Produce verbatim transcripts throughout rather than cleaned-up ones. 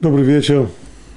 Добрый вечер.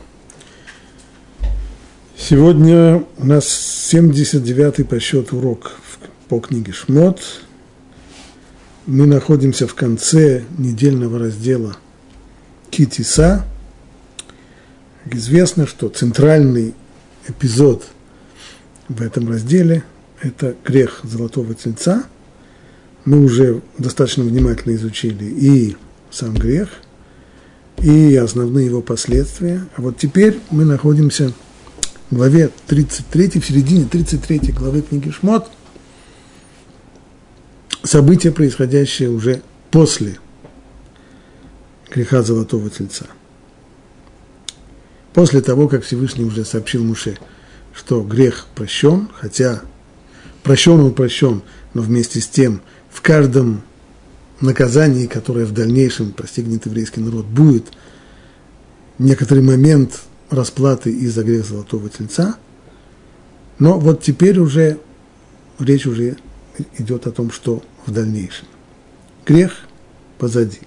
Сегодня у нас семьдесят девятый по счету урок по книге Шмот. Мы находимся в конце недельного раздела Ки-Тиса. Известно, что центральный эпизод в этом разделе – это грех золотого тельца. Мы уже достаточно внимательно изучили и сам грех, и основные его последствия. А вот теперь мы находимся в главе тридцать третьей, в середине тридцать третьей главы книги Шмот. События, происходящие уже после греха золотого тельца. После того, как Всевышний уже сообщил Моше, что грех прощен, хотя прощен он прощен, но вместе с тем в каждом наказании, которое в дальнейшем постигнет еврейский народ, будет некоторый момент расплаты из-за греха золотого тельца. Но вот теперь уже речь уже идет о том, что в дальнейшем. Грех позади.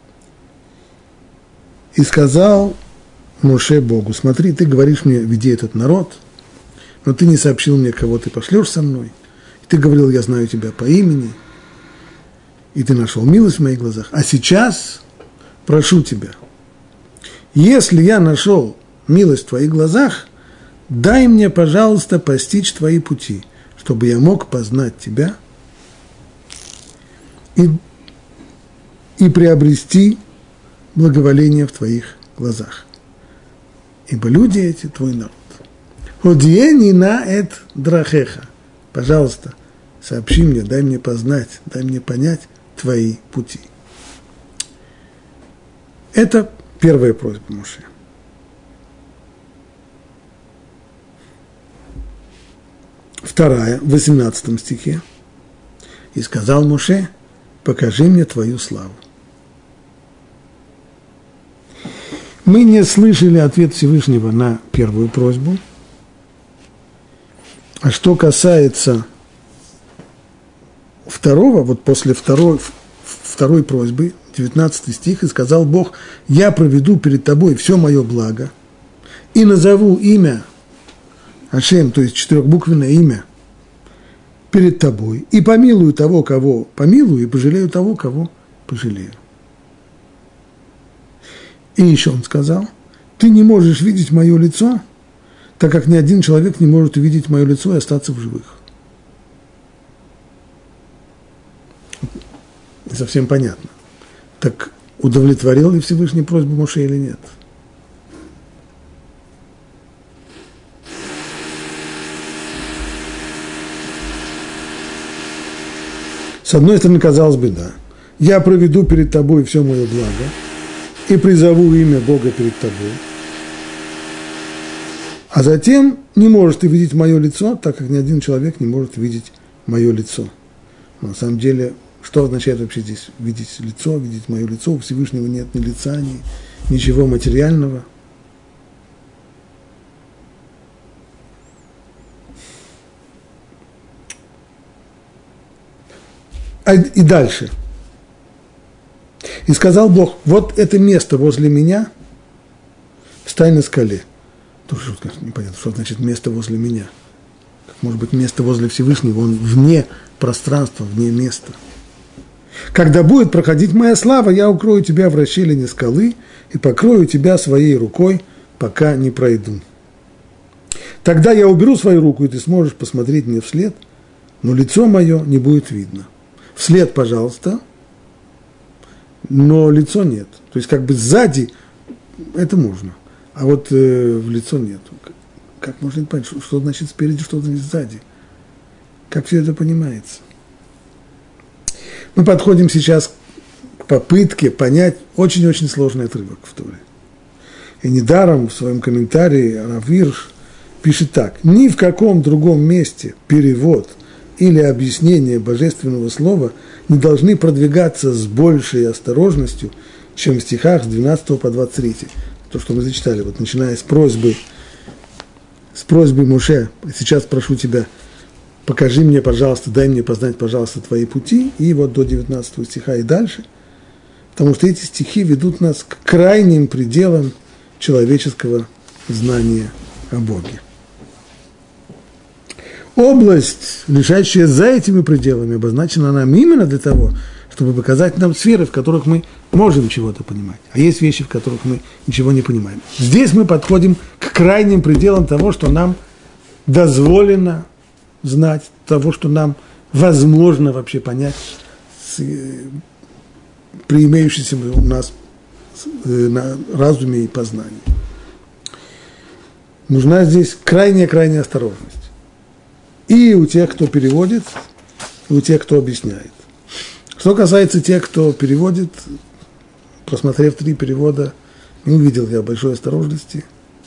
И сказал Моше Богу: смотри, ты говоришь мне, веди этот народ, но ты не сообщил мне, кого ты пошлешь со мной. Ты говорил, я знаю тебя по имени, и ты нашел милость в моих глазах. А сейчас прошу тебя, если я нашел милость в твоих глазах, дай мне, пожалуйста, постичь твои пути, чтобы я мог познать тебя и, и приобрести благоволение в твоих глазах. Ибо люди эти твой народ. Одиени на эт драхеха. Пожалуйста, сообщи мне, дай мне познать, дай мне понять твои пути. Это первая просьба Моше. Вторая, в восемнадцатом стихе. И сказал Моше: покажи мне твою славу. Мы не слышали ответ Всевышнего на первую просьбу. А что касается второго, вот после второй, второй просьбы, девятнадцатый стих, и сказал Бог: я проведу перед тобой все мое благо и назову имя Ашем, то есть четырехбуквенное имя, перед тобой, и помилую того, кого помилую, и пожалею того, кого пожалею. И еще он сказал: ты не можешь видеть мое лицо, так как ни один человек не может увидеть мое лицо и остаться в живых. Не совсем понятно. Так удовлетворил ли Всевышний просьбу Моше или нет? С одной стороны, казалось бы, да. Я проведу перед тобой все мое благо и призову имя Бога перед тобой. А затем не можешь ты видеть мое лицо, так как ни один человек не может видеть мое лицо. Но на самом деле, что означает вообще здесь видеть лицо, видеть мое лицо? У Всевышнего нет ни лица, ни ничего материального. А, и дальше. И сказал Бог: вот это место возле меня, встань на скале. Тоже непонятно, что значит место возле меня. Как может быть место возле Всевышнего? Он вне пространства, вне места. Когда будет проходить моя слава, я укрою тебя в расщелине скалы и покрою тебя своей рукой, пока не пройду. Тогда я уберу свою руку, и ты сможешь посмотреть мне вслед, но лицо мое не будет видно. Вслед, пожалуйста, но лицо нет. То есть как бы сзади это можно, а вот э, в лицо нет. Как можно понять, что, что значит спереди, что значит сзади? Как все это понимается? Мы подходим сейчас к попытке понять очень-очень сложный отрывок в Торе. И недаром в своем комментарии Рав Вирш пишет так: ни в каком другом месте перевод или объяснение божественного слова не должны продвигаться с большей осторожностью, чем в стихах с двенадцатого по двадцать третий. То, что мы зачитали, вот начиная с просьбы, с просьбой Моше: сейчас прошу тебя, покажи мне, пожалуйста, дай мне познать, пожалуйста, твои пути, и вот до девятнадцатого стиха и дальше, потому что эти стихи ведут нас к крайним пределам человеческого знания о Боге. Область, лежащая за этими пределами, обозначена нам именно для того, чтобы показать нам сферы, в которых мы можем чего-то понимать, а есть вещи, в которых мы ничего не понимаем. Здесь мы подходим к крайним пределам того, что нам дозволено знать, того, что нам возможно вообще понять при имеющемся у нас на разуме и познании. Нужна здесь крайняя-крайняя осторожность. И у тех, кто переводит, и у тех, кто объясняет. Что касается тех, кто переводит, просмотрев три перевода, не увидел я большой осторожности.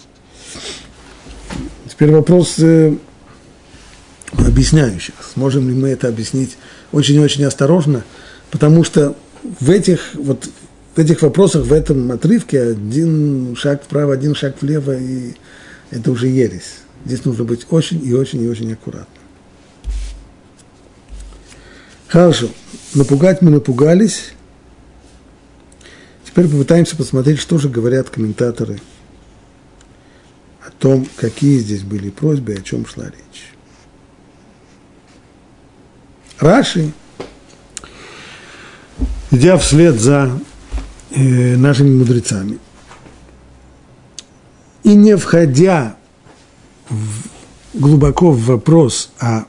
Теперь вопрос э, объясняющих. Сможем ли мы это объяснить очень-очень осторожно, потому что в этих, вот, в этих вопросах, в этом отрывке один шаг вправо, один шаг влево, и это уже ересь. Здесь нужно быть очень и очень и очень аккуратным. Хорошо. Напугать мы напугались. Теперь попытаемся посмотреть, что же говорят комментаторы о том, какие здесь были просьбы и о чем шла речь. Раши, идя вслед за э, нашими мудрецами и не входя в, глубоко в вопрос о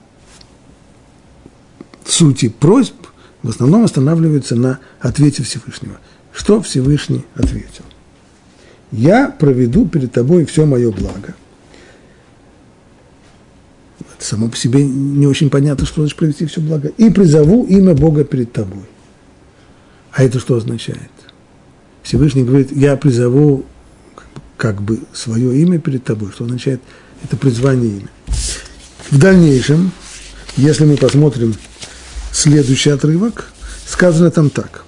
сути просьб, в основном останавливаются на ответе Всевышнего. Что Всевышний ответил? «Я проведу перед тобой все мое благо». Это само по себе не очень понятно, что значит провести все благо. «И призову имя Бога перед тобой». А это что означает? Всевышний говорит, я призову как бы свое имя перед тобой. Что означает это призвание имя? В дальнейшем, если мы посмотрим следующий отрывок, сказано там так.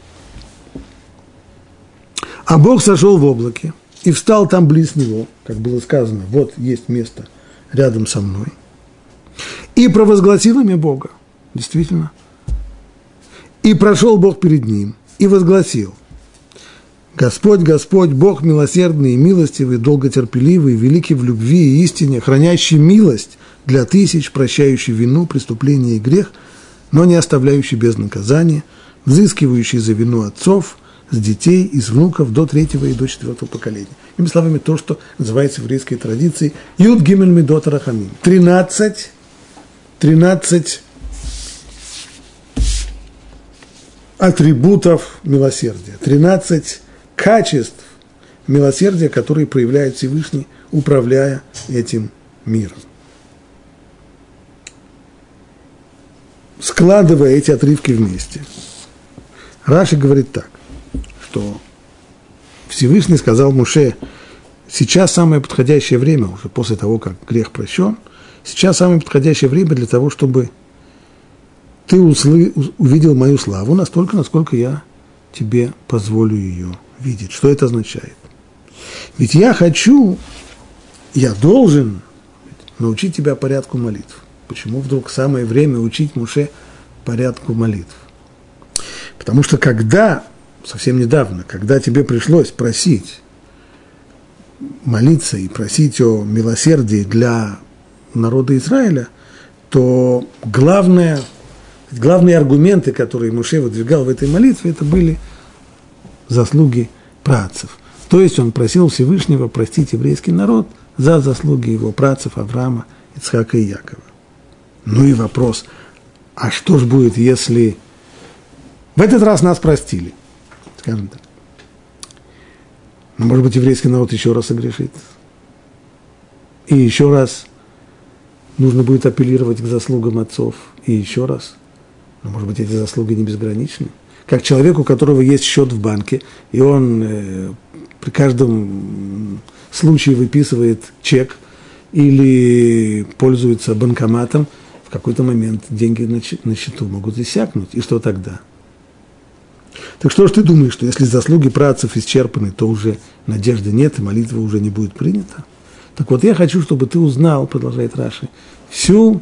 А Бог сошел в облаке и встал там близ него, как было сказано, вот есть место рядом со мной, и провозгласил имя Бога, действительно. И прошел Бог перед ним, и возгласил: Господь, Господь, Бог милосердный и милостивый, долготерпеливый, великий в любви и истине, хранящий милость для тысяч, прощающий вину, преступление и грех, но не оставляющий без наказания, взыскивающий за вину отцов, с детей и с внуков до третьего и до четвертого поколения. Иными словами, то, что называется в еврейской традиции Юд Гимель Мидот Рахамим. Тринадцать, тринадцать атрибутов милосердия, тринадцать качеств милосердия, которые проявляет Всевышний, управляя этим миром. Складывая эти отрывки вместе, Раши говорит так, что Всевышний сказал Моше: сейчас самое подходящее время, уже после того, как грех прощен, сейчас самое подходящее время для того, чтобы ты услы, увидел мою славу настолько, насколько я тебе позволю ее видеть. Что это означает? Ведь я хочу, я должен научить тебя порядку молитв. Почему вдруг самое время учить Моше порядку молитв? Потому что когда, совсем недавно, когда тебе пришлось просить, молиться и просить о милосердии для народа Израиля, то главное, главные аргументы, которые Моше выдвигал в этой молитве, это были заслуги праотцев. То есть он просил Всевышнего простить еврейский народ за заслуги его праотцев Авраама, Ицхака и Якова. Ну и вопрос, а что же будет, если в этот раз нас простили, скажем так. Но, может быть, еврейский народ еще раз согрешит. И еще раз нужно будет апеллировать к заслугам отцов. И еще раз. Но, может быть, эти заслуги не безграничны. Как человек, у которого есть счет в банке, и он э, при каждом случае выписывает чек или пользуется банкоматом, в какой-то момент деньги на счету могут иссякнуть. И что тогда? Так что ж ты думаешь, что если заслуги праотцев исчерпаны, то уже надежды нет, и молитва уже не будет принята? Так вот, я хочу, чтобы ты узнал, продолжает Раши, всю,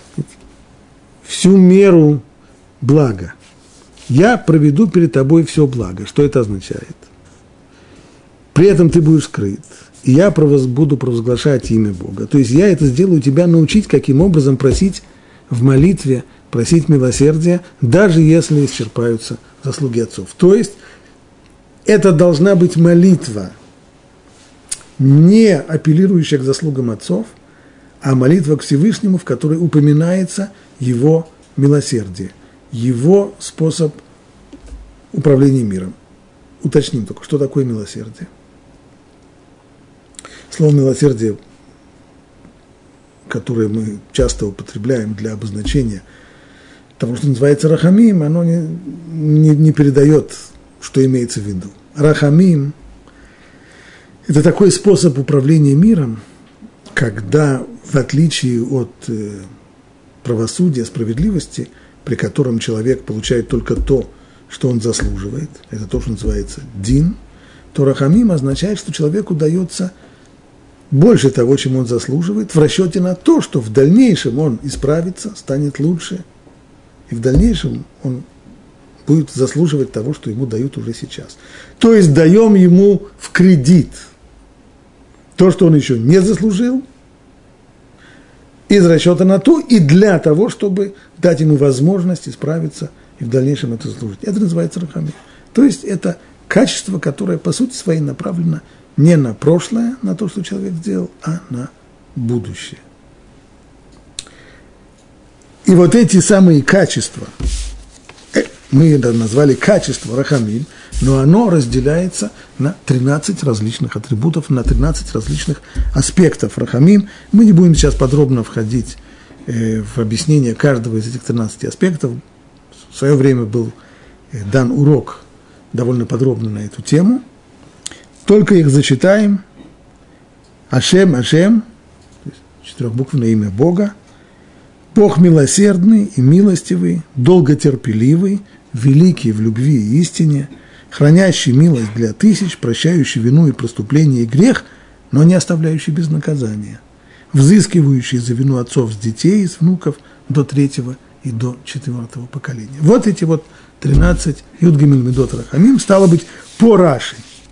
всю меру блага. Я проведу перед тобой все благо. Что это означает? При этом ты будешь скрыт. и я провоз, буду провозглашать имя Бога. То есть я это сделаю тебя научить, каким образом просить в молитве, просить милосердия, даже если исчерпаются заслуги отцов. То есть это должна быть молитва, не апеллирующая к заслугам отцов, а молитва к Всевышнему, в которой упоминается его милосердие, его способ управления миром. Уточним только, что такое милосердие. Слово «милосердие», которое мы часто употребляем для обозначения того, что называется рахамим, оно не, не, не передает, что имеется в виду. Рахамим – это такой способ управления миром, когда, в отличие от э, правосудия, справедливости, при котором человек получает только то, что он заслуживает, это то, что называется дин, то рахамим означает, что человеку дается больше того, чем он заслуживает, в расчете на то, что в дальнейшем он исправится, станет лучше, и в дальнейшем он будет заслуживать того, что ему дают уже сейчас. То есть даем ему в кредит то, что он еще не заслужил, из расчета на то и для того, чтобы дать ему возможность исправиться и в дальнейшем это заслужить. Это называется рахамим. То есть это качество, которое по сути своей направлено не на прошлое, на то, что человек сделал, а на будущее. И вот эти самые качества, мы это назвали качество рахамим, но оно разделяется на тринадцать различных атрибутов, на тринадцать различных аспектов рахамим. Мы не будем сейчас подробно входить э, в объяснение каждого из этих тринадцати аспектов. В свое время был э, дан урок довольно подробно на эту тему. Только их зачитаем. Ашем, Ашем, то есть четырехбуквенное имя Бога, Бог милосердный и милостивый, долготерпеливый, великий в любви и истине, хранящий милость для тысяч, прощающий вину и преступление и грех, но не оставляющий без наказания, взыскивающий за вину отцов с детей и с внуков до третьего и до четвертого поколения. Вот эти вот тринадцать Юд Гимель Медот Рахамим, стало быть, по Раши.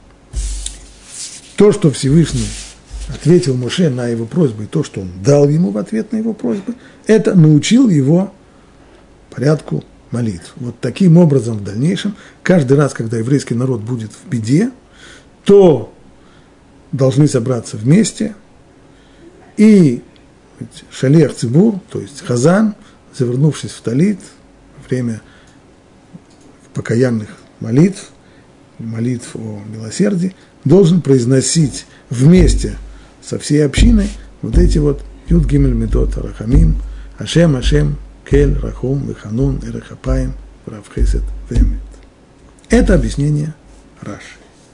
То, что Всевышний ответил Моше на его просьбу, и то, что он дал ему в ответ на его просьбы, это научил его порядку молитв. Вот таким образом в дальнейшем, каждый раз, когда еврейский народ будет в беде, то должны собраться вместе, и шалех цибур, то есть хазан, завернувшись в талит, время покаянных молитв, молитв о милосердии, должен произносить вместе со всей общиной вот эти вот Юд Гимель Медот Рахамим, Ашем, Ашем, Кель, Рахум, Веханун, Эрехапаим, Рав Хесед, Вемет. Это объяснение Раши.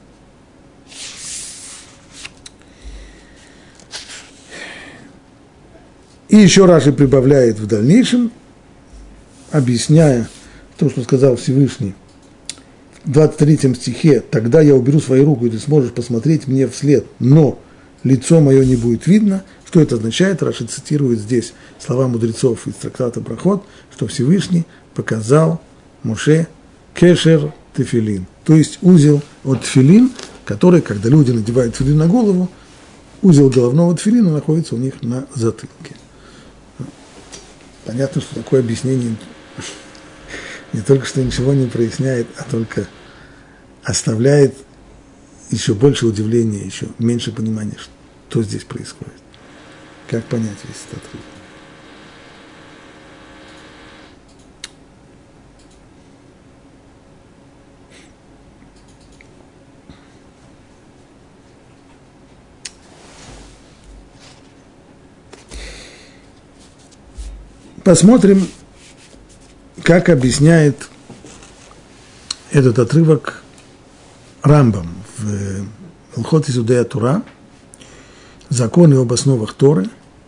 И еще Раши прибавляет в дальнейшем, объясняя то, что сказал Всевышний в двадцать третьем стихе: «Тогда я уберу свою руку, и ты сможешь посмотреть мне вслед, но лицо мое не будет видно». Что это означает? Раши цитирует здесь слова мудрецов из трактата Брахот, что Всевышний показал Моше кешер тефилин, то есть узел от тефилин, который, когда люди надевают тефилин на голову, узел головного тефилина находится у них на затылке. Понятно, что такое объяснение не только что ничего не проясняет, а только оставляет еще больше удивления, еще меньше понимания, что здесь происходит. Как понять весь этот отрывок? Посмотрим, как объясняет этот отрывок Рамбам в Илхот Исудей Тура, законы об основах Торы.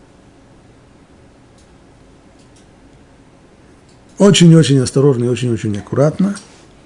Очень-очень осторожно и очень-очень аккуратно,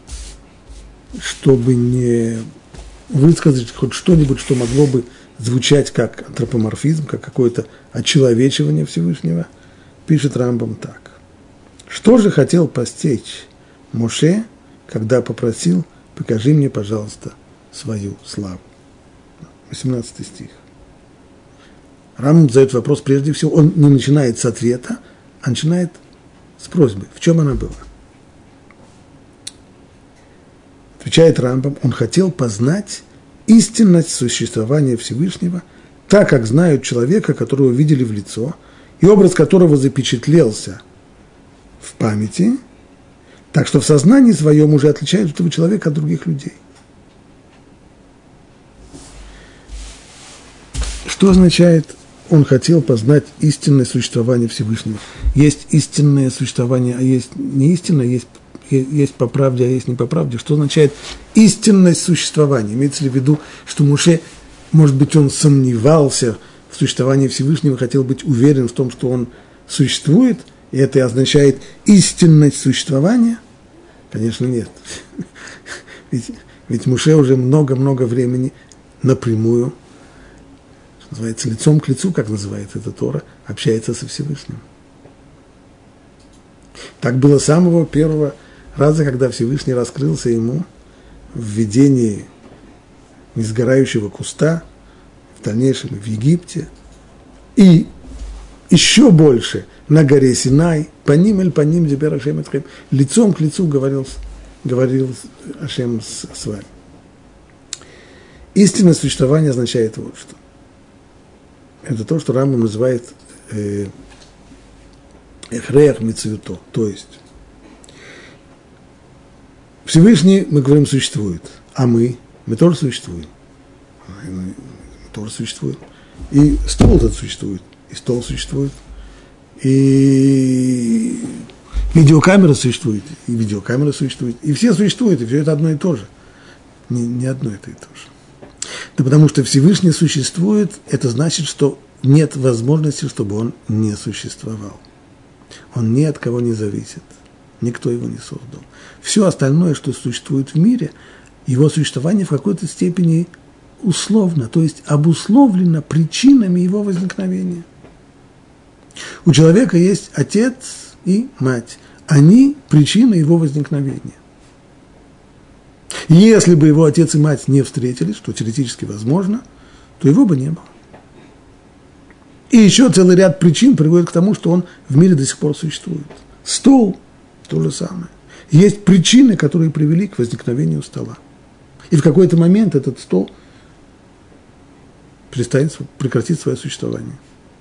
чтобы не высказать хоть что-нибудь, что могло бы звучать как антропоморфизм, как какое-то очеловечивание Всевышнего, пишет Рамбам так. Что же хотел постичь Моше, когда попросил: покажи мне, пожалуйста, свою славу? восемнадцатый стих. Рамбам задает вопрос прежде всего, он не начинает с ответа, а начинает с просьбы. В чем она была? Отвечает Рамбам, он хотел познать истинность существования Всевышнего, так как знают человека, которого видели в лицо, и образ которого запечатлелся в памяти, так что в сознании своем уже отличают этого человека от других людей. Что означает, он хотел познать истинное существование Всевышнего? Есть истинное существование, а есть не истинное, есть, есть по правде, а есть не по правде. Что означает истинность существования? Имеется ли в виду, что Моше, может быть, он сомневался в существовании Всевышнего, хотел быть уверен в том, что он существует, и это означает истинность существования? Конечно, нет. Ведь, ведь Моше уже много-много времени напрямую, что называется, лицом к лицу, как называется эта Тора, общается со Всевышним. Так было с самого первого раза, когда Всевышний раскрылся ему в видении несгорающего куста, в дальнейшем в Египте, и еще больше на горе Синай, по ним или по ним дебер Ашем Этхем, лицом к лицу говорил, говорил Ашем с, с вами. Истинное существование означает вот что. Это то, что Рамбам называет эхреах мицуюто, то есть Всевышний, мы говорим, существует, а мы, мы тоже существуем. Мы тоже существуем. И стол этот существует, и стол существует, и видеокамера существует, и видеокамера существует, и все существуют, и все это одно и то же. Не, не одно это и то же. Да потому что Всевышний существует, это значит, что нет возможности, чтобы он не существовал. Он ни от кого не зависит, никто его не создал. Все остальное, что существует в мире, его существование в какой-то степени условно, то есть обусловлено причинами его возникновения. У человека есть отец и мать. Они причина его возникновения. Если бы его отец и мать не встретились, что теоретически возможно, то его бы не было. И еще целый ряд причин приводит к тому, что он в мире до сих пор существует. Стол – то же самое. Есть причины, которые привели к возникновению стола. И в какой-то момент этот стол перестанет, прекратит свое существование.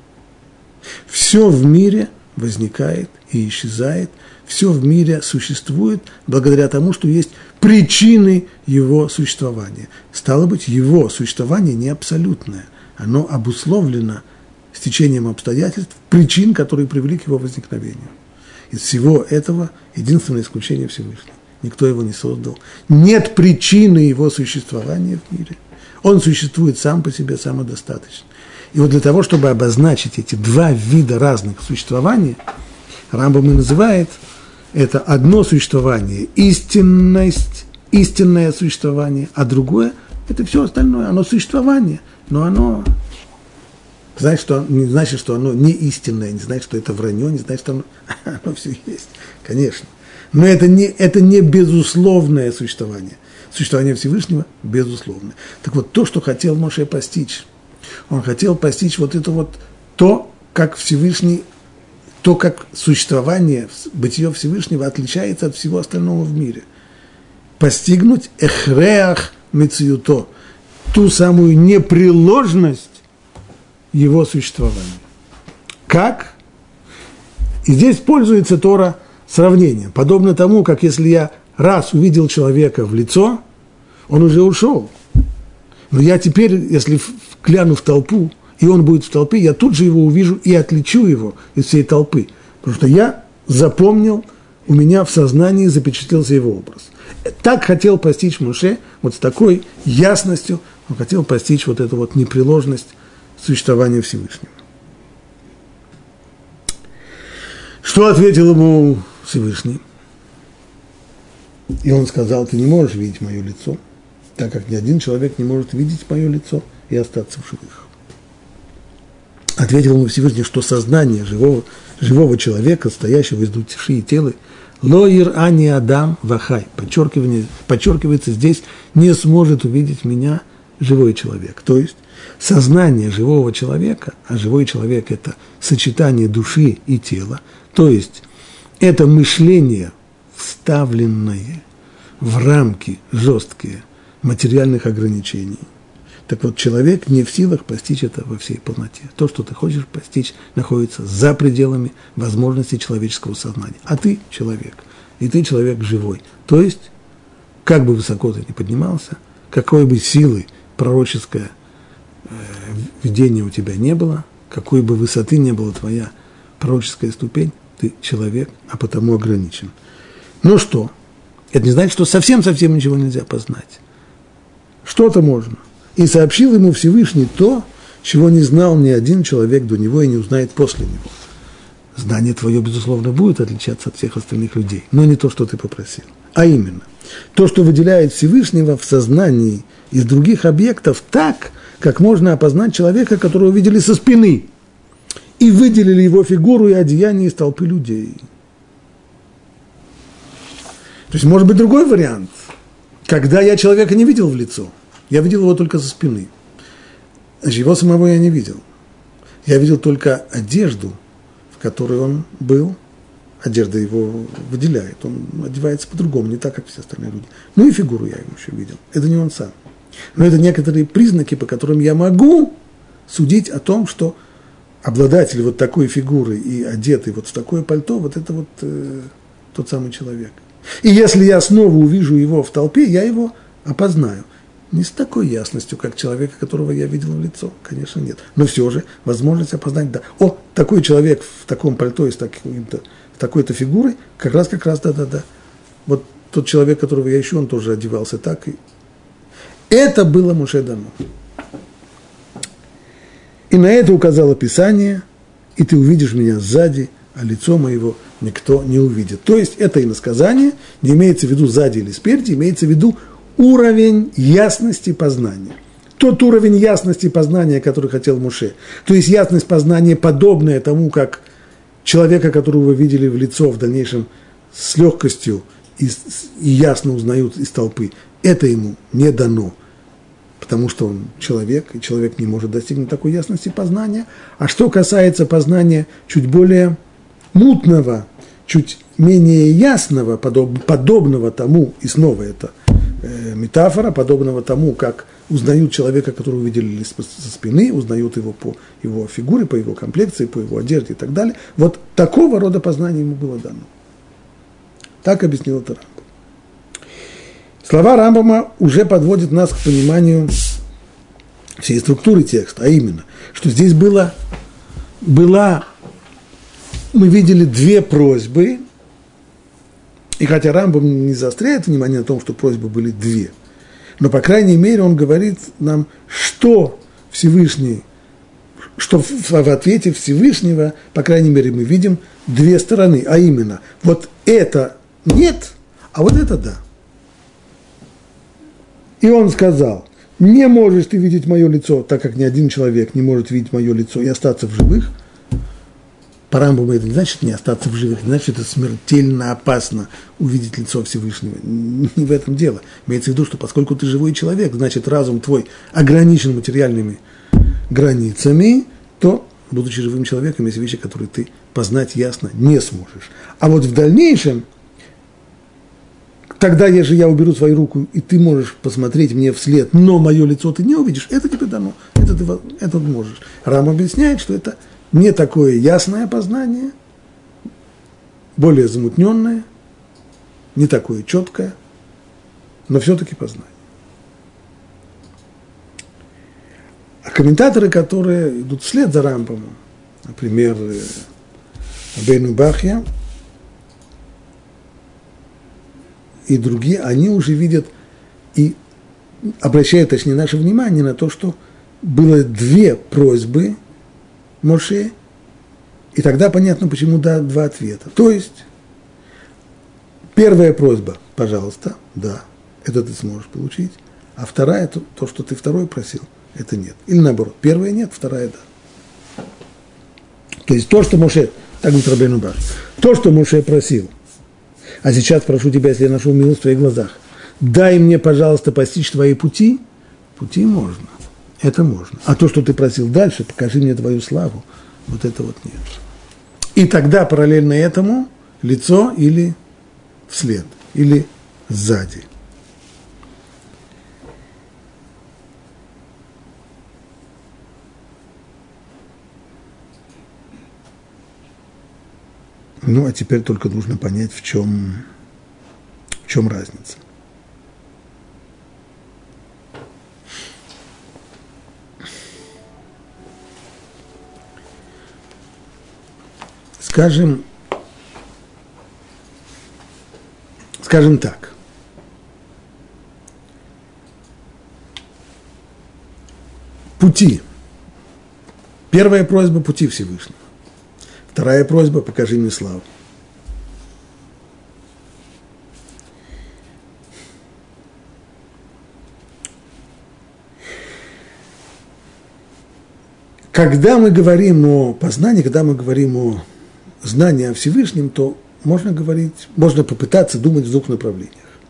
Все в мире возникает и исчезает, все в мире существует благодаря тому, что есть причины его существования. Стало быть, его существование не абсолютное, оно обусловлено стечением обстоятельств, причин, которые привели к его возникновению. Из всего этого единственное исключение Всевышний. Никто его не создал. Нет причины его существования в мире. Он существует сам по себе, самодостаточно. И вот для того, чтобы обозначить эти два вида разных существования, Рамбам и называет это одно существование – истинность, истинное существование, а другое – это все остальное, оно существование, но оно значит, что, не значит, что оно не истинное, не значит, что это вранье, не значит, что оно, оно все есть, конечно. Но это не, это не безусловное существование. Существование Всевышнего безусловное. Так вот, то, что хотел Моше постичь, он хотел постичь вот это вот то, как Всевышний, то, как существование, бытие Всевышнего отличается от всего остального в мире. Постигнуть эхреах мециюто, ту самую непреложность его существования. Как? И здесь пользуется Тора сравнением. Подобно тому, как если я раз увидел человека в лицо, он уже ушел. Но я теперь, если гляну в толпу, и он будет в толпе, я тут же его увижу и отличу его из всей толпы. Потому что я запомнил, у меня в сознании запечатлелся его образ. Так хотел постичь Моше, вот с такой ясностью он хотел постичь вот эту вот непреложность существования Всевышнего. Что ответил ему Всевышний? И он сказал: ты не можешь видеть мое лицо, так как ни один человек не может видеть мое лицо и остаться в живых. Ответил ему Всевышний, что сознание живого, живого человека, стоящего из души и тела, лоир ани адам вахай, подчеркивается здесь, не сможет увидеть меня живой человек. То есть сознание живого человека, а живой человек – это сочетание души и тела, то есть это мышление, вставленное в рамки жесткие материальных ограничений. Так вот, человек не в силах постичь это во всей полноте. То, что ты хочешь постичь, находится за пределами возможностей человеческого сознания. А ты человек, и ты человек живой. То есть, как бы высоко ты ни поднимался, какой бы силы пророческое э, видение у тебя не было, какой бы высоты не была твоя пророческая ступень, ты человек, а потому ограничен. Ну что? Это не значит, что совсем-совсем ничего нельзя познать. Что-то можно. И сообщил ему Всевышний то, чего не знал ни один человек до него и не узнает после него. Знание твое, безусловно, будет отличаться от всех остальных людей, но не то, что ты попросил. А именно, то, что выделяет Всевышнего в сознании из других объектов так, как можно опознать человека, которого видели со спины, и выделили его фигуру и одеяние из толпы людей. То есть, может быть, другой вариант, когда я человека не видел в лицо, я видел его только со спины. Значит, его самого я не видел. Я видел только одежду, в которой он был. Одежда его выделяет. Он одевается по-другому, не так, как все остальные люди. Ну и фигуру я его еще видел. Это не он сам. Но это некоторые признаки, по которым я могу судить о том, что обладатель вот такой фигуры и одетый вот в такое пальто, вот это вот э, тот самый человек. И если я снова увижу его в толпе, я его опознаю. Не с такой ясностью, как человека, которого я видел в лицо, конечно, нет. Но все же возможность опознать, да. О, такой человек в таком пальто и с таким-то, с такой-то фигурой, как раз, как раз, да-да-да. Вот тот человек, которого я ищу, он тоже одевался так. И... Это было Моше дано. И на это указало Писание, и ты увидишь меня сзади, а лицо моего никто не увидит. То есть это иносказание, не имеется в виду сзади или спереди, имеется в виду уровень ясности познания. Тот уровень ясности познания, который хотел Моше. То есть ясность познания, подобная тому, как человека, которого вы видели в лицо, в дальнейшем с легкостью и, и ясно узнают из толпы. Это ему не дано, потому что он человек, и человек не может достигнуть такой ясности познания. А что касается познания чуть более мутного, чуть менее ясного, подоб, подобного тому, и снова это э, метафора, подобного тому, как узнают человека, которого увидели со спины, узнают его по его фигуре, по его комплекции, по его одежде и так далее. Вот такого рода познание ему было дано. Так объяснил это Рамбам. Слова Рамбама уже подводят нас к пониманию всей структуры текста, а именно, что здесь было, была, мы видели две просьбы, и хотя Рамбам не заостряет внимание на том, что просьбы были две, но, по крайней мере, он говорит нам, что Всевышний, что в, в ответе Всевышнего, по крайней мере, мы видим две стороны, а именно, вот это нет, а вот это да. И он сказал, не можешь ты видеть мое лицо, так как ни один человек не может видеть мое лицо и остаться в живых. По Рамбаму это не значит не остаться в живых, не значит, это смертельно опасно увидеть лицо Всевышнего. Не в этом дело. Имеется в виду, что поскольку ты живой человек, значит, разум твой ограничен материальными границами, то, будучи живым человеком, есть вещи, которые ты познать ясно не сможешь. А вот в дальнейшем, тогда, если я уберу свою руку, и ты можешь посмотреть мне вслед, но мое лицо ты не увидишь, это тебе дано, это ты это можешь. Рам объясняет, что это не такое ясное познание, более замутненное, не такое четкое, но все-таки познание. А комментаторы, которые идут вслед за Рамбамом, например, Рабейну Бахья и другие, они уже видят и обращают, точнее, наше внимание на то, что было две просьбы Моше, и тогда понятно, почему да, два ответа. То есть, первая просьба, пожалуйста, да, это ты сможешь получить, а вторая, то, то что ты второй просил, это нет. Или наоборот, первая нет, вторая да. То есть, то, что Моше, так говорит Рабейну Бахья, то, что Моше просил, а сейчас прошу тебя, если я нашел милость в твоих глазах, дай мне, пожалуйста, постичь твои пути, Пути можно, это можно. А то, что ты просил дальше, покажи мне твою славу, вот это вот нет. И тогда параллельно этому лицо или вслед, или сзади. Ну, а теперь только нужно понять, в чем, в чем разница. Скажем, скажем так. Пути. Первая просьба – пути Всевышнего. Вторая просьба – покажи мне славу. Когда мы говорим о познании, когда мы говорим о знании о Всевышнем, то можно говорить, можно попытаться думать в двух направлениях.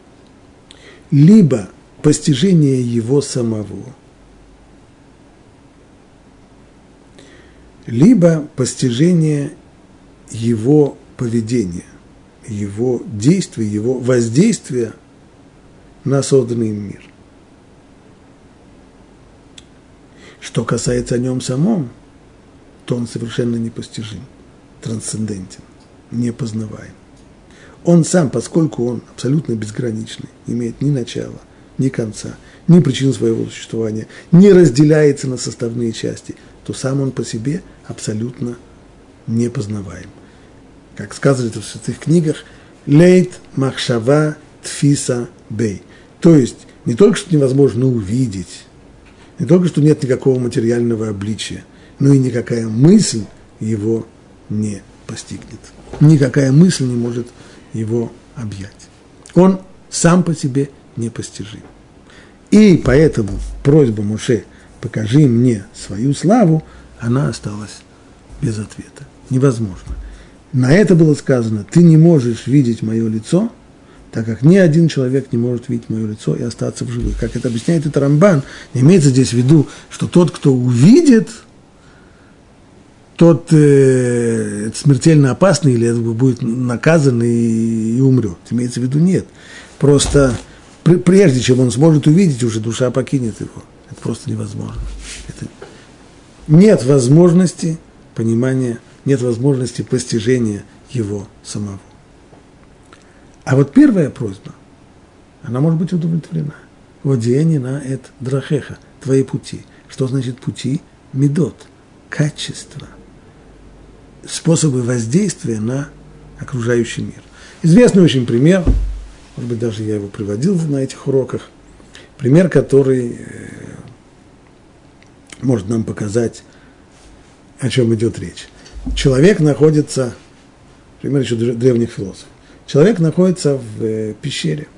Либо постижение его самого, либо постижение его поведения, его действия, его воздействия на созданный им мир. Что касается о нем самом, то он совершенно непостижим, трансцендентен, непознаваем. Он сам, поскольку он абсолютно безграничный, не имеет ни начала, ни конца, ни причин своего существования, не разделяется на составные части, то сам он по себе абсолютно непознаваем. Как сказано в святых книгах, «Лейт махшава тфиса бей». То есть, не только что невозможно увидеть, не только что нет никакого материального обличия, но и никакая мысль его не постигнет. Никакая мысль не может его объять. Он сам по себе непостижим. И поэтому просьба Моше «покажи мне свою славу», она осталась без ответа. Невозможно. На это было сказано: ты не можешь видеть мое лицо, так как ни один человек не может видеть мое лицо и остаться в живых. Как это объясняет это Рамбан, не имеется здесь в виду, что тот, кто увидит, тот э, смертельно опасный или будет наказан и, и умрет. Имеется в виду нет. Просто при, прежде чем он сможет увидеть, уже душа покинет его. Это просто невозможно. Это... Нет возможности понимания, нет возможности постижения его самого. А вот первая просьба, она может быть удовлетворена. «Одиени на эт драхеха», твои пути. Что значит пути? Медот, качество, способы воздействия на окружающий мир. Известный очень пример, может быть, даже я его приводил на этих уроках, пример, который может нам показать, о чем идет речь. Человек находится, пример еще древних философов, человек находится в пещере,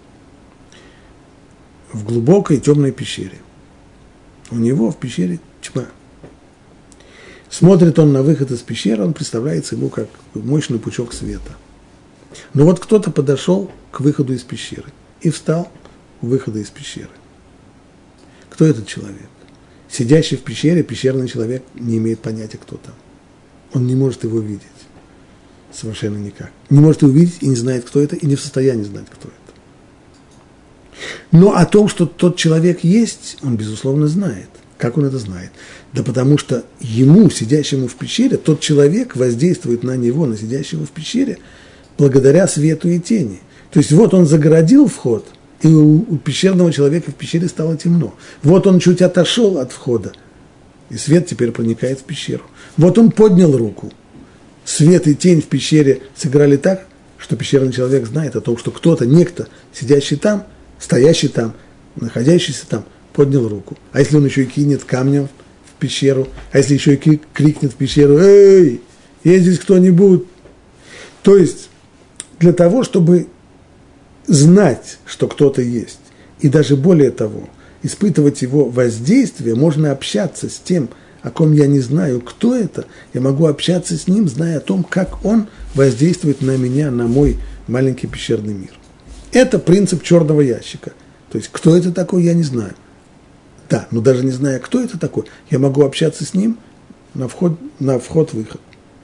в глубокой темной пещере. У него в пещере тьма. Смотрит он на выход из пещеры, он представляется ему как мощный пучок света. Но вот кто-то подошел к выходу из пещеры и встал у выхода из пещеры. Кто этот человек? Сидящий в пещере, пещерный человек не имеет понятия, кто там. Он не может его видеть. Совершенно никак. Не может его видеть и не знает, кто это, и не в состоянии знать, кто это. Но о том, что тот человек есть, он, безусловно, знает. Как он это знает? Да потому что ему, сидящему в пещере, тот человек воздействует на него, на сидящего в пещере, благодаря свету и тени. То есть вот он загородил вход, и у, у пещерного человека в пещере стало темно. Вот он чуть отошел от входа, и свет теперь проникает в пещеру. Вот он поднял руку. Свет и тень в пещере сыграли так, что пещерный человек знает о том, что кто-то, некто, сидящий там, стоящий там, находящийся там, поднял руку. А если он еще и кинет камнем в пещеру, а если еще и крикнет в пещеру: «Эй, есть здесь кто-нибудь?» То есть для того, чтобы знать, что кто-то есть, и даже более того, испытывать его воздействие, можно общаться с тем, о ком я не знаю, кто это, я могу общаться с ним, зная о том, как он воздействует на меня, на мой маленький пещерный мир. Это принцип черного ящика. То есть, кто это такой, я не знаю. Да, но даже не зная, кто это такой, я могу общаться с ним на вход, на вход-выход.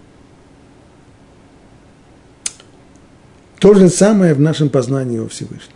То же самое в нашем познании о Всевышнем.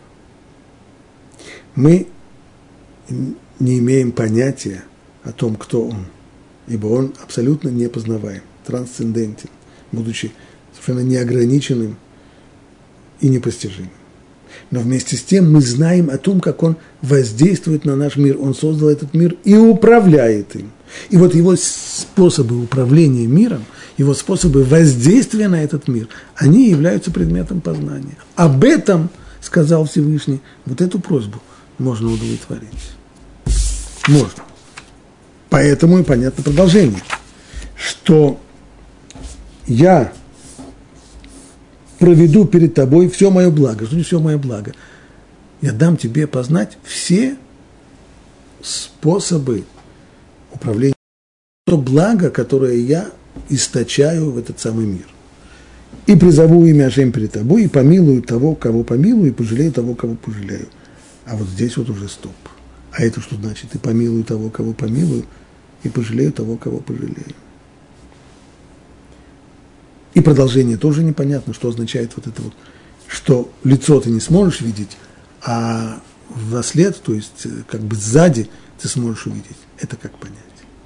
Мы не имеем понятия о том, кто Он, ибо Он абсолютно непознаваем, трансцендентен, будучи совершенно неограниченным и непостижимым. Но вместе с тем мы знаем о том, как Он воздействует на наш мир. Он создал этот мир и управляет им. И вот Его способы управления миром, Его способы воздействия на этот мир, они являются предметом познания. Об этом сказал Всевышний, вот эту просьбу можно удовлетворить. Можно. Поэтому и понятно продолжение, что я проведу перед тобой все мое благо. Что не все мое благо? Я дам тебе познать все способы управления, то благо, которое я источаю в этот самый мир. И призову имя Ашем перед тобой, и помилую того, кого помилую, и пожалею того, кого пожалею. А вот здесь вот уже стоп. А это что значит? И помилую того, кого помилую, и пожалею того, кого пожалею. И продолжение тоже непонятно, что означает вот это вот, что лицо ты не сможешь видеть, а вслед, то есть как бы сзади ты сможешь увидеть. Это как понять?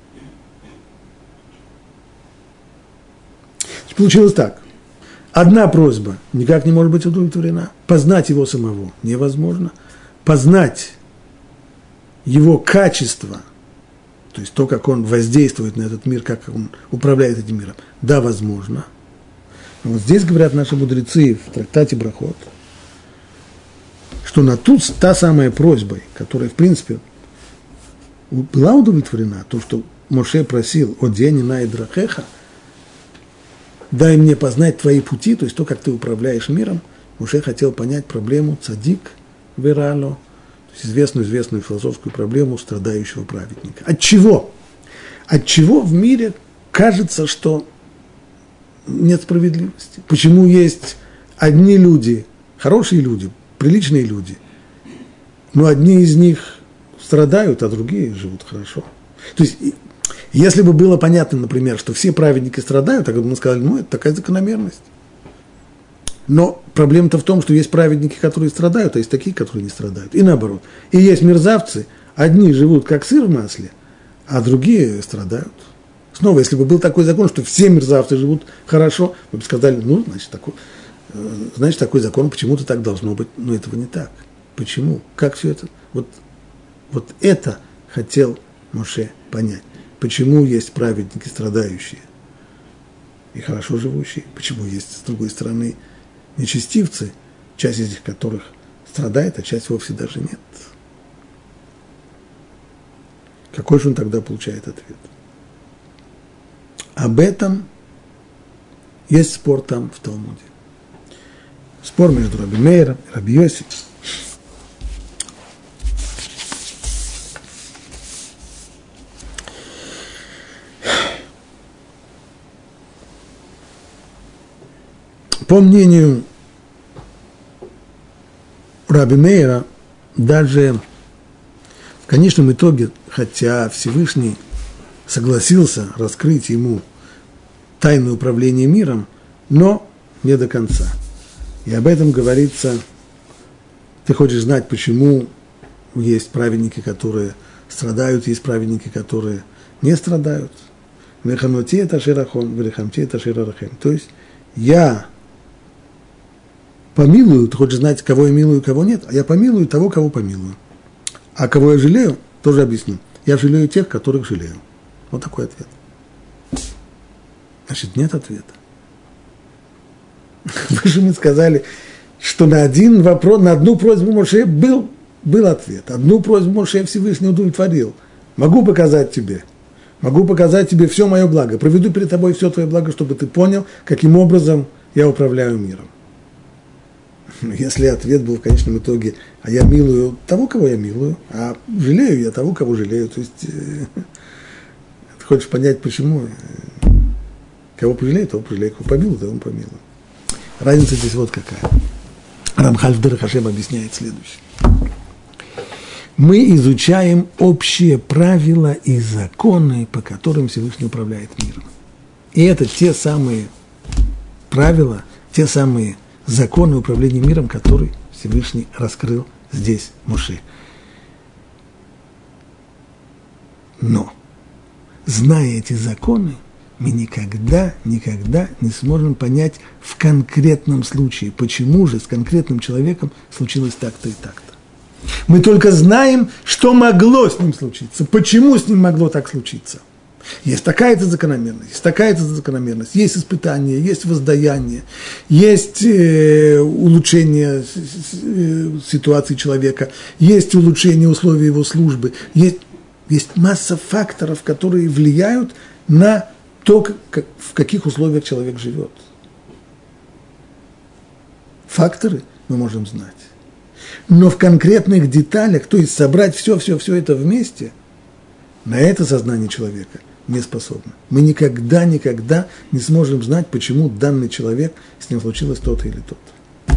Получилось так. Одна просьба никак не может быть удовлетворена. Познать его самого невозможно. Познать его качество, то есть то, как он воздействует на этот мир, как он управляет этим миром, да, возможно. Но вот здесь говорят наши мудрецы в трактате Брахот, что на ту, та самая просьба, которая, в принципе, была удовлетворена, то, что Моше просил о дени на Идрахеха, дай мне познать твои пути, то есть то, как ты управляешь миром. Моше хотел понять проблему цадик верало, то есть известную-известную философскую проблему страдающего праведника. От чего? От чего в мире кажется, что нет справедливости? Почему есть одни люди, хорошие люди, приличные люди, но одни из них страдают, а другие живут хорошо? То есть, если бы было понятно, например, что все праведники страдают, тогда бы мы сказали, ну, это такая закономерность. Но проблема-то в том, что есть праведники, которые страдают, а есть такие, которые не страдают. И наоборот. И есть мерзавцы, одни живут как сыр в масле, а другие страдают. Снова, если бы был такой закон, что все мерзавцы живут хорошо, мы бы сказали, ну, значит, такой, значит, такой закон почему-то так должно быть. Но этого не так. Почему? Как все это? Вот, вот это хотел Моше понять. Почему есть праведники страдающие и хорошо живущие? Почему есть, с другой стороны, нечестивцы, часть из них которых страдает, а часть вовсе даже нет? Какой же он тогда получает ответ? Об этом есть спор там в Талмуде. Спор между Раби Мейром и Раби Йоси. По мнению Раби Мейра, даже в конечном итоге, хотя Всевышний согласился раскрыть ему тайное управление миром, но не до конца. И об этом говорится, ты хочешь знать, почему есть праведники, которые страдают, есть праведники, которые не страдают. Веханоте это шерахон, вехамте это шерарахем. То есть я помилую, ты хочешь знать, кого я милую, кого нет, а я помилую того, кого помилую. А кого я жалею, тоже объясню. Я жалею тех, которых жалею. Вот такой ответ. Значит, нет ответа. Вы же мне сказали, что на один вопрос, на одну просьбу Моше был, был ответ. Одну просьбу Моше Всевышний удовлетворил. Могу показать тебе. Могу показать тебе все мое благо. Проведу перед тобой все твое благо, чтобы ты понял, каким образом я управляю миром. Если ответ был в конечном итоге, а я милую того, кого я милую, а жалею я того, кого жалею. То есть, э, ты хочешь понять, почему? Кого пожалею, того пожалею, кого помилую, того помилую. Разница здесь вот какая. Рамхаль в Дерech ха-Шем объясняет следующее. мы изучаем общие правила и законы, по которым Всевышний управляет миром. И это те самые правила, те самые законы управления миром, которые Всевышний раскрыл здесь Моше. Но, зная эти законы, мы никогда, никогда не сможем понять в конкретном случае, почему же с конкретным человеком случилось так-то и так-то. Мы только знаем, что могло с ним случиться, почему с ним могло так случиться. Есть такая-то закономерность, есть такая-то закономерность, есть испытание, есть воздаяние, есть э, улучшение ситуации человека, есть улучшение условий его службы, есть, есть масса факторов, которые влияют на то, как, в каких условиях человек живет. Факторы мы можем знать. Но в конкретных деталях, то есть собрать все-все-все это вместе, на это сознание человека не способно. Мы никогда, никогда не сможем знать, почему данный человек, с ним случилось то-то или то-то.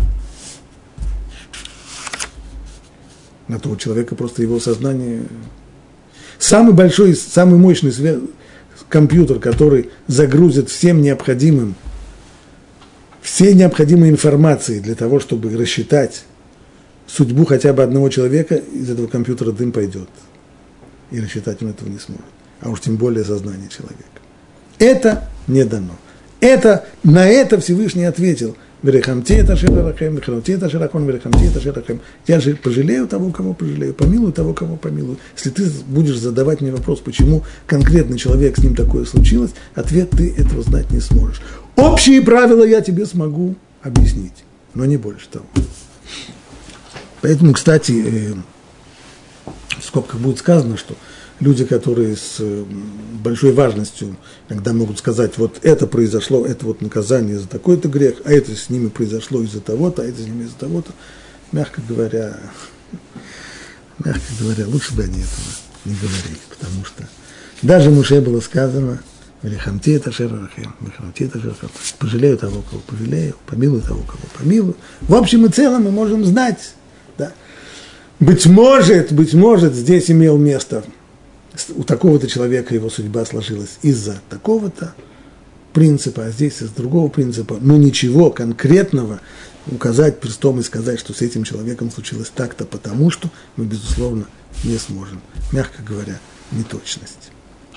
На то у человека просто его сознание... Самый большой, самый мощный компьютер, который загрузит всем необходимым, все необходимые информации для того, чтобы рассчитать судьбу хотя бы одного человека, из этого компьютера дым пойдет. И рассчитать он этого не сможет. А уж тем более сознание человека. Это не дано. Это, на это Всевышний ответил. «Берехамти это шерахем, берехамти это шерахон, берехамти это шерахем». Я же пожалею того, кого пожалею, помилую того, кого помилую. Если ты будешь задавать мне вопрос, почему конкретный человек, с ним такое случилось, ответ ты этого знать не сможешь. Общие правила я тебе смогу объяснить, но не больше того. Поэтому, кстати, в скобках будет сказано, что люди, которые с большой важностью иногда могут сказать, вот это произошло, это вот наказание за такой-то грех, а это с ними произошло из-за того-то, а это с ними из-за того-то, мягко говоря, мягко говоря, лучше бы они этого не говорили, потому что даже Моше было сказано, «Велихамти это шерахем, велихамти это шерахем», пожалею того, кого пожалею, помилую того, кого помилую. В общем и целом мы можем знать, да. Быть может, быть может, здесь имел место, у такого-то человека его судьба сложилась из-за такого-то принципа, а здесь из другого принципа, но ничего конкретного указать перстом и сказать, что с этим человеком случилось так-то, потому что мы, безусловно, не сможем. Мягко говоря, неточность.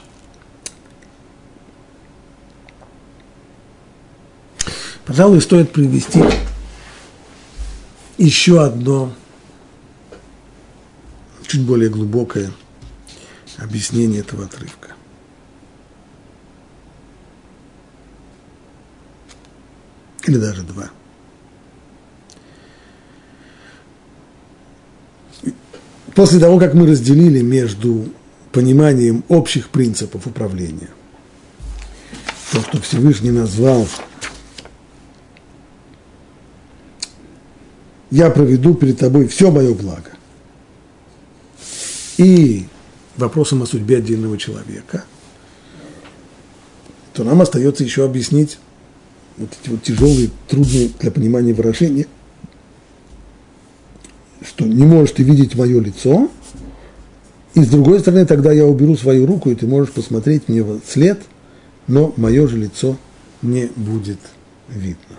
Пожалуй, стоит привести еще одно чуть более глубокое объяснение этого отрывка. Или даже два. После того, как мы разделили между пониманием общих принципов управления, то, что Всевышний назвал «Я проведу перед тобой все мое благо», и вопросом о судьбе отдельного человека, то нам остается еще объяснить вот эти вот тяжелые, трудные для понимания выражения, что не можешь ты видеть мое лицо, и с другой стороны, тогда я уберу свою руку, и ты можешь посмотреть мне вслед, но мое же лицо не будет видно.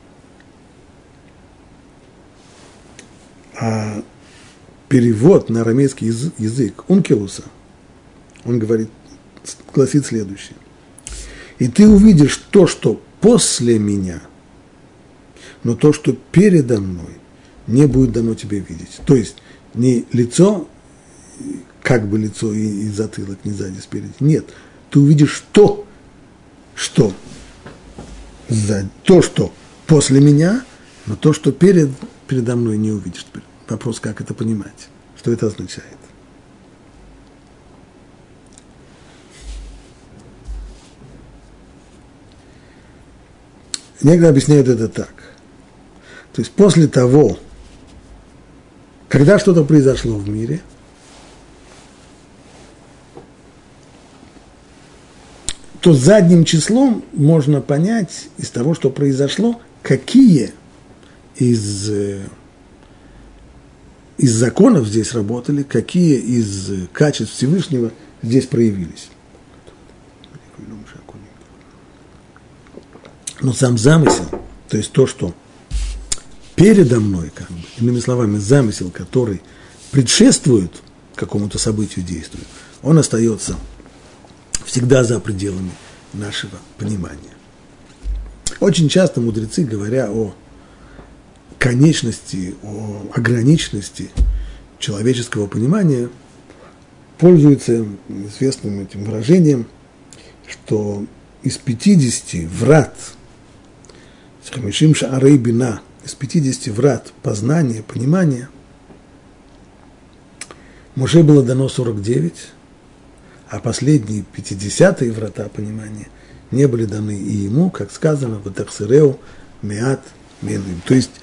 А перевод на арамейский язык ункилуса, он говорит, гласит следующее. И ты увидишь то, что после меня, но то, что передо мной, не будет дано тебе видеть. То есть не лицо, как бы лицо и, и затылок, не сзади, спереди. Нет, ты увидишь то, что сзади, то, что после меня, но то, что перед, передо мной, не увидишь. Вопрос, как это понимать, что это означает. Некоторые объясняют это так. То есть после того, когда что-то произошло в мире, то задним числом можно понять из того, что произошло, какие из из законов здесь работали, какие из качеств Всевышнего здесь проявились. Но сам замысел, то есть то, что передо мной, как бы, иными словами, замысел, который предшествует какому-то событию, действию, он остается всегда за пределами нашего понимания. Очень часто мудрецы, говоря о конечности, о ограниченности человеческого понимания, пользуются известным этим выражением, что из пятидесяти врат, из пятидесяти врат познания, понимания, Моше было дано сорок девять, а последние пятидесятые врата понимания не были даны и ему, как сказано, «Ватахсиреу меат мелим». То есть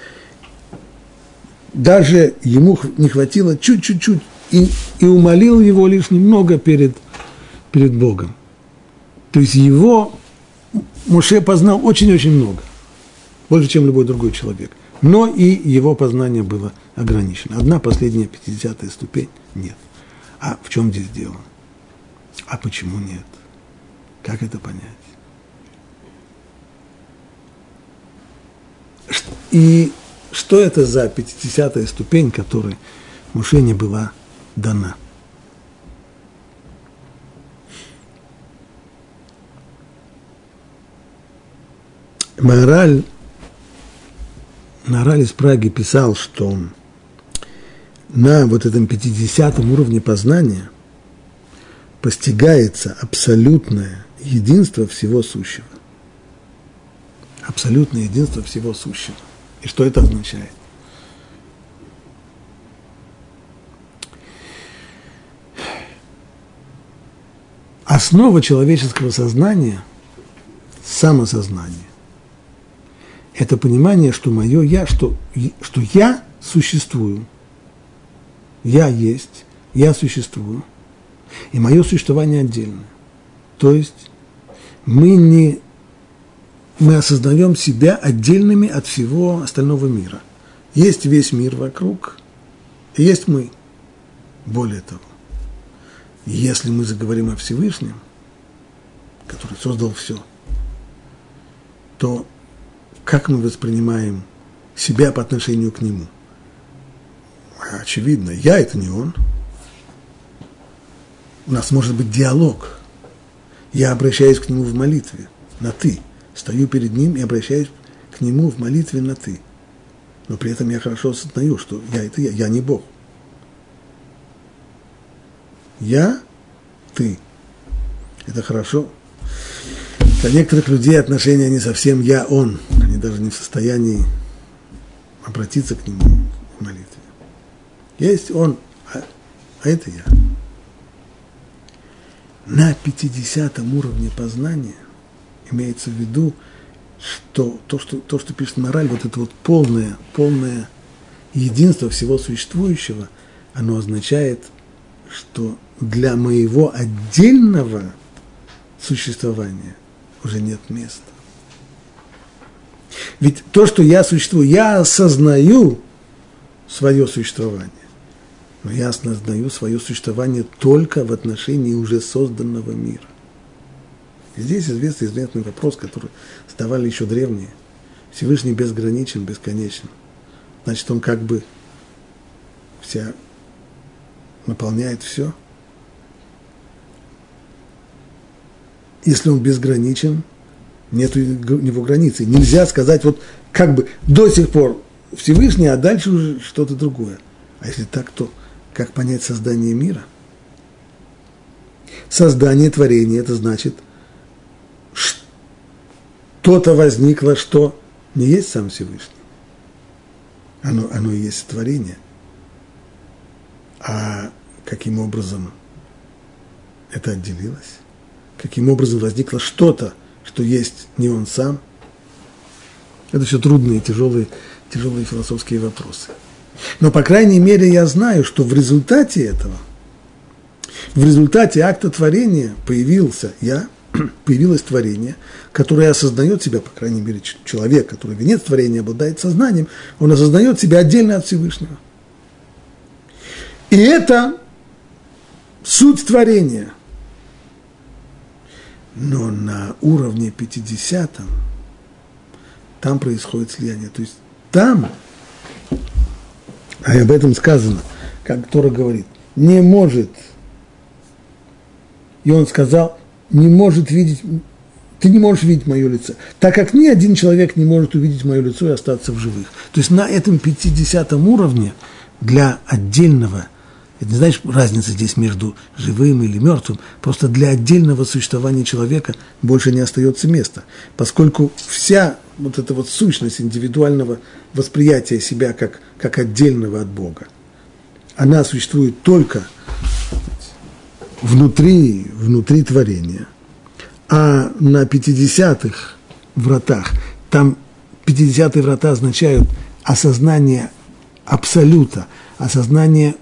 даже ему не хватило чуть-чуть, и, и умолил его лишь немного перед, перед Богом. То есть его Моше познал очень-очень много, больше, чем любой другой человек. Но и его познание было ограничено. Одна последняя пятидесятая ступень нет. А в чем здесь дело? А почему нет? Как это понять? И что это за пятидесятая ступень, которой Моше не была дана? Маораль, Маораль из Праги писал, что на вот этом пятидесятом уровне познания постигается абсолютное единство всего сущего. Абсолютное единство всего сущего. И что это означает? Основа человеческого сознания – самосознание. Это понимание, что мое «я», что, что я существую. Я есть, я существую. И мое существование отдельное. То есть мы не... мы осознаем себя отдельными от всего остального мира. Есть весь мир вокруг, и есть мы. Более того, если мы заговорим о Всевышнем, который создал все, то как мы воспринимаем себя по отношению к нему? Очевидно, я – это не он. У нас может быть диалог. Я обращаюсь к нему в молитве на «ты». Стою перед ним и обращаюсь к нему в молитве на «ты». Но при этом я хорошо осознаю, что я – это я, я не Бог. Я – ты. Это хорошо. Для некоторых людей отношения не совсем «я-он». Они даже не в состоянии обратиться к нему в молитве. Есть он, а, а это я. На пятидесятом уровне познания имеется в виду, что то, что, то, что пишет Маораль, вот это вот полное, полное единство всего существующего, оно означает, что для моего отдельного существования уже нет места. Ведь то, что я существую, я осознаю свое существование, но я осознаю свое существование только в отношении уже созданного мира. И здесь известный, известный вопрос, который задавали еще древние. Всевышний безграничен, бесконечен. Значит, он как бы вся наполняет все. Если он безграничен, нет у него границы. Нельзя сказать, вот как бы до сих пор Всевышний, а дальше уже что-то другое. А если так, то как понять создание мира? Создание, творение – это значит, что-то возникло, что не есть сам Всевышний. Оно, оно и есть творение. А каким образом это отделилось? Каким образом возникло что-то, что есть не он сам? Это все трудные, тяжелые, тяжелые философские вопросы. Но, по крайней мере, я знаю, что в результате этого, в результате акта творения появился я, появилось творение, которое осознает себя, по крайней мере, человек, который венец творения обладает сознанием, он осознает себя отдельно от Всевышнего. И это суть творения. Но на уровне пятидесятом там происходит слияние. То есть там, а об этом сказано, как Тора говорит, не может, и он сказал, не может видеть, ты не можешь видеть мое лицо, так как ни один человек не может увидеть мое лицо и остаться в живых. То есть на этом пятидесятом уровне для отдельного, это не знаешь, разница здесь между живым или мертвым, просто для отдельного существования человека больше не остается места, поскольку вся вот эта вот сущность индивидуального восприятия себя как, как отдельного от Бога, она существует только внутри, внутри творения, а на пятидесятых вратах, там пятидесятые врата означают осознание абсолюта, осознание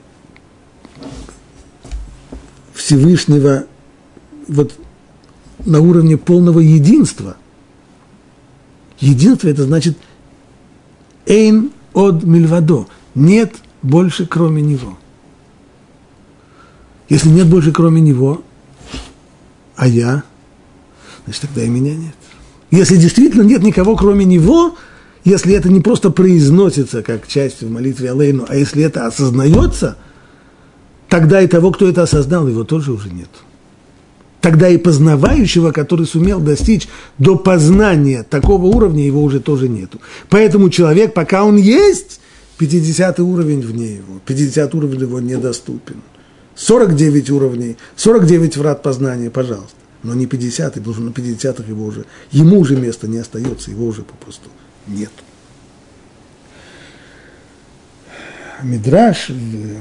Всевышнего вот на уровне полного единства. Единство – это значит «эйн од мильвадо» – нет больше, кроме него. Если нет больше, кроме него, а я, значит, тогда и меня нет. Если действительно нет никого, кроме него, если это не просто произносится как часть в молитве Алейну, а если это осознается, тогда и того, кто это осознал, его тоже уже нет. Тогда и познавающего, который сумел достичь до познания такого уровня, его уже тоже нету. Поэтому человек, пока он есть, пятидесятый уровень вне его, пятидесятый уровень его недоступен. сорок девять уровней, сорок девять врат познания, пожалуйста. Но не пятидесятый, потому что на пятидесятых его уже, ему уже места не остается, его уже попросту нет. Мидраш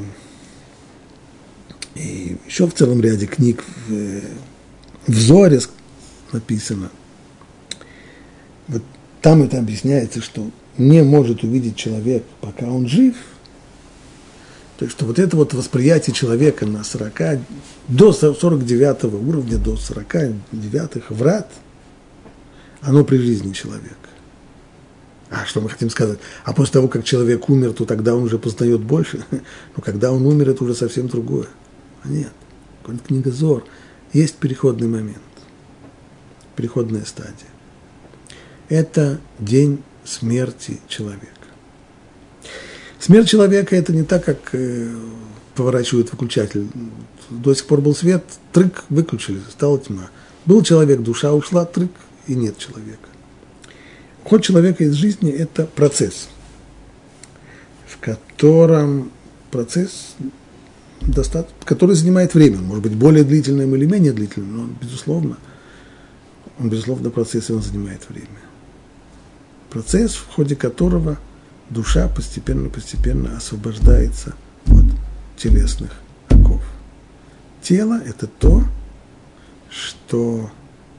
и еще в целом ряде книг в, в Зоре написано. Вот там это объясняется, что не может увидеть человек, пока он жив. То есть, что вот это вот восприятие человека на сорок, до сорок девятого уровня, до сорок девятых врат, оно при жизни человека. А что мы хотим сказать? А после того, как человек умер, то тогда он уже познает больше. Но когда он умер, это уже совсем другое. А нет. Книга Зор. Есть переходный момент. Переходная стадия. Это день смерти человека. Смерть человека – это не так, как э, поворачивает выключатель. До сих пор был свет, трык, выключили, стала тьма. Был человек, душа ушла, трык, и нет человека. Уход человека из жизни – это процесс, в котором процесс, который занимает время, может быть, более длительным или менее длительным, но, безусловно, он, безусловно, процесс, и он занимает время. Процесс, в ходе которого душа постепенно-постепенно освобождается от телесных оков. Тело – это то, что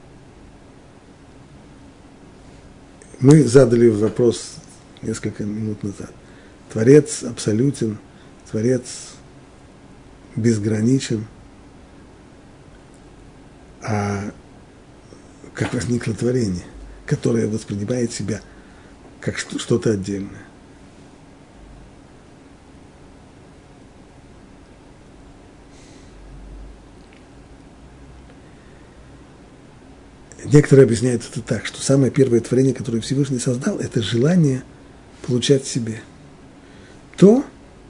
мы задали вопрос несколько минут назад. Творец абсолютен, Творец безграничен. А как возникло творение, которое воспринимает себя как что-то отдельное? Некоторые объясняют это так, что самое первое творение, которое Всевышний создал, это желание получать себе то,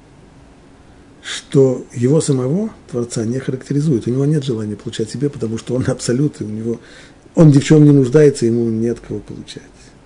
что его самого, Творца, не характеризует. У него нет желания получать себе, потому что он абсолют, и у него, он ни в чем не нуждается, ему нет кого получать.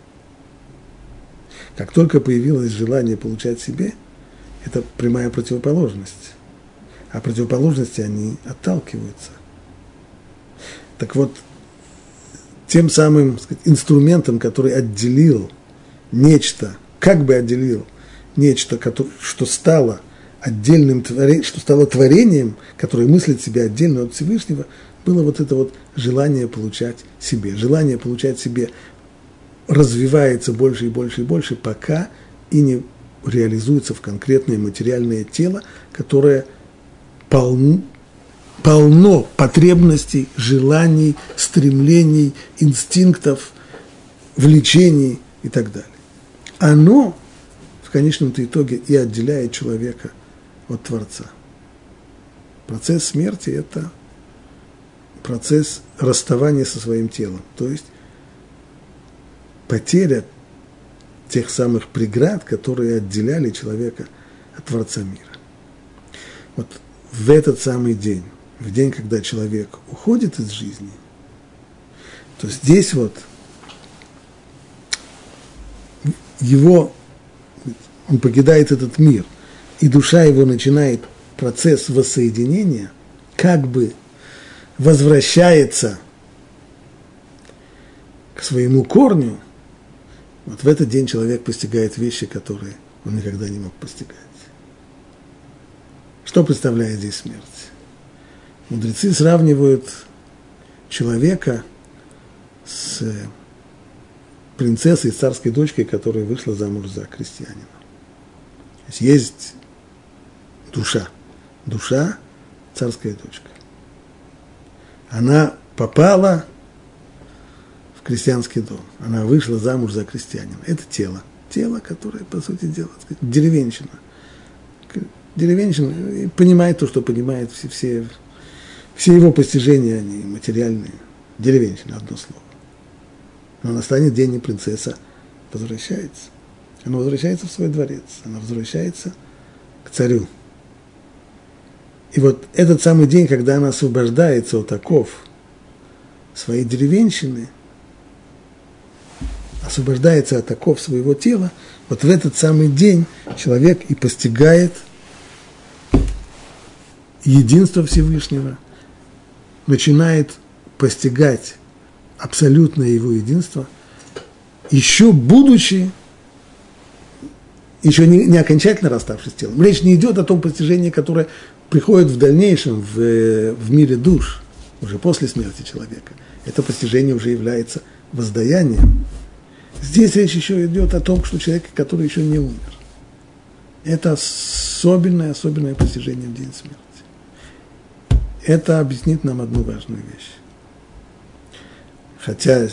Как только появилось желание получать себе, это прямая противоположность. А противоположности, они отталкиваются. Так вот, тем самым, так сказать, инструментом, который отделил нечто, как бы отделил нечто, что стало отдельным творением, что стало творением, которое мыслит себя отдельно от Всевышнего, было вот это вот желание получать себе. Желание получать себе развивается больше и больше и больше, пока и не реализуется в конкретное материальное тело, которое полно, полно потребностей, желаний, стремлений, инстинктов, влечений и так далее. Оно в конечном-то итоге и отделяет человека от Творца. Процесс смерти – это процесс расставания со своим телом, то есть потеря тех самых преград, которые отделяли человека от Творца мира. Вот в этот самый день, в день, когда человек уходит из жизни, то здесь вот его, он покидает этот мир, и душа его начинает процесс воссоединения, как бы возвращается к своему корню. Вот в этот день человек постигает вещи, которые он никогда не мог постигать. Что представляет здесь смерть? Мудрецы сравнивают человека с принцессой, с царской дочкой, которая вышла замуж за крестьянина. То есть есть душа. Душа – царская дочка. Она попала в крестьянский дом. Она вышла замуж за крестьянина. Это тело. Тело, которое, по сути дела, деревенщина. Деревенщина понимает то, что понимает все, все, все его постижения, они материальные. Деревенщина, одно слово. Но настанет день, и принцесса возвращается. Она возвращается в свой дворец. Она возвращается к царю. И вот этот самый день, когда она освобождается от оков своей деревенщины, освобождается от оков своего тела, вот в этот самый день человек и постигает единство Всевышнего, начинает постигать абсолютное его единство, еще будучи, еще не, не окончательно расставшись с телом. Речь не идет о том постижении, которое приходит в дальнейшем в, в мире душ, уже после смерти человека. Это постижение уже является воздаянием. Здесь речь еще идет о том, что человек, который еще не умер. Это особенное, особенное постижение в день смерти. Это объяснит нам одну важную вещь. Хотя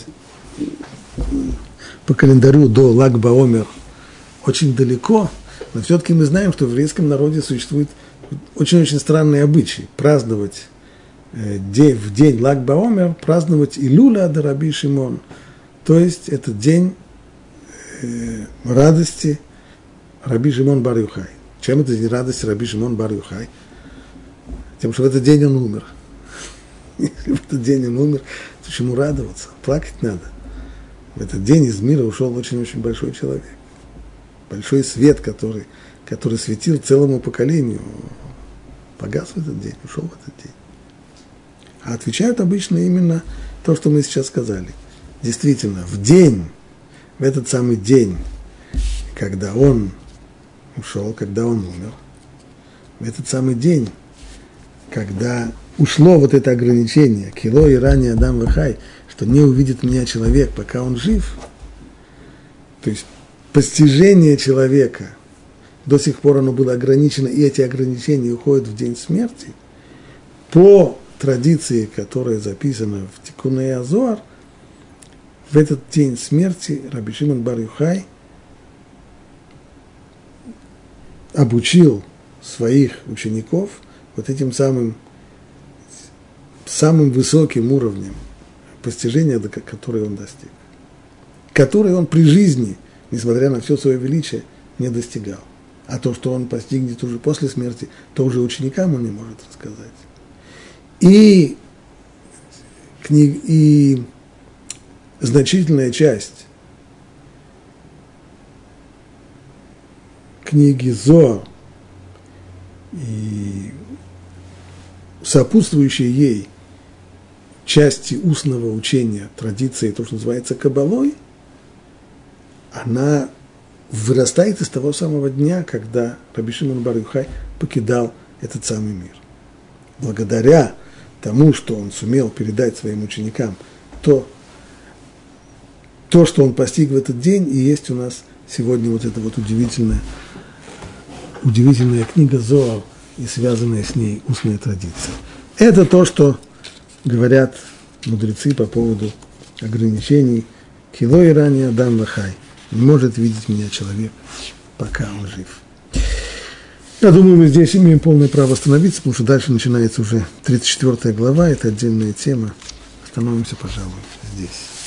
по календарю до Lag BaOmer очень далеко, но все-таки мы знаем, что в еврейском народе существует очень-очень странный обычай праздновать э, день, в день Lag BaOmer, праздновать Илуля де Раби Шимон. То есть это день э, радости Раби Шимон бар Йохай. Чем это день радости Раби Шимон бар Йохай? Тем, что в этот день он умер. Если в этот день он умер, то чему радоваться? Плакать надо. В этот день из мира ушел очень-очень большой человек. Большой свет, который, который светил целому поколению, погас в этот день, ушел в этот день. А отвечают обычно именно то, что мы сейчас сказали. Действительно, в день, в этот самый день, когда он ушел, когда он умер, в этот самый день, когда ушло вот это ограничение, кило и ранее Адам вахай, что не увидит меня человек, пока он жив, то есть постижение человека, до сих пор оно было ограничено, и эти ограничения уходят в день смерти, по традиции, которая записана в Тикуней Азоар, в этот день смерти Раби Шимон бар Йохай обучил своих учеников вот этим самым, самым высоким уровнем постижения, который он достиг, который он при жизни, несмотря на все свое величие, не достигал. А то, что он постигнет уже после смерти, то уже ученикам он не может рассказать. И, книг, и значительная часть книги Зоар и сопутствующие ей части устного учения, традиции, то, что называется кабалой, она вырастает из того самого дня, когда Раби Шимон бар Йохай покидал этот самый мир. Благодаря тому, что он сумел передать своим ученикам, то, то, что он постиг в этот день, и есть у нас сегодня вот эта вот удивительная, удивительная книга Зоар и связанная с ней устная традиция. Это то, что говорят мудрецы по поводу ограничений кило и ранее Адам вахай. Не может видеть меня человек, пока он жив. Я думаю, мы здесь имеем полное право остановиться, потому что дальше начинается уже тридцать четвёртая глава, это отдельная тема. Остановимся, пожалуй, здесь.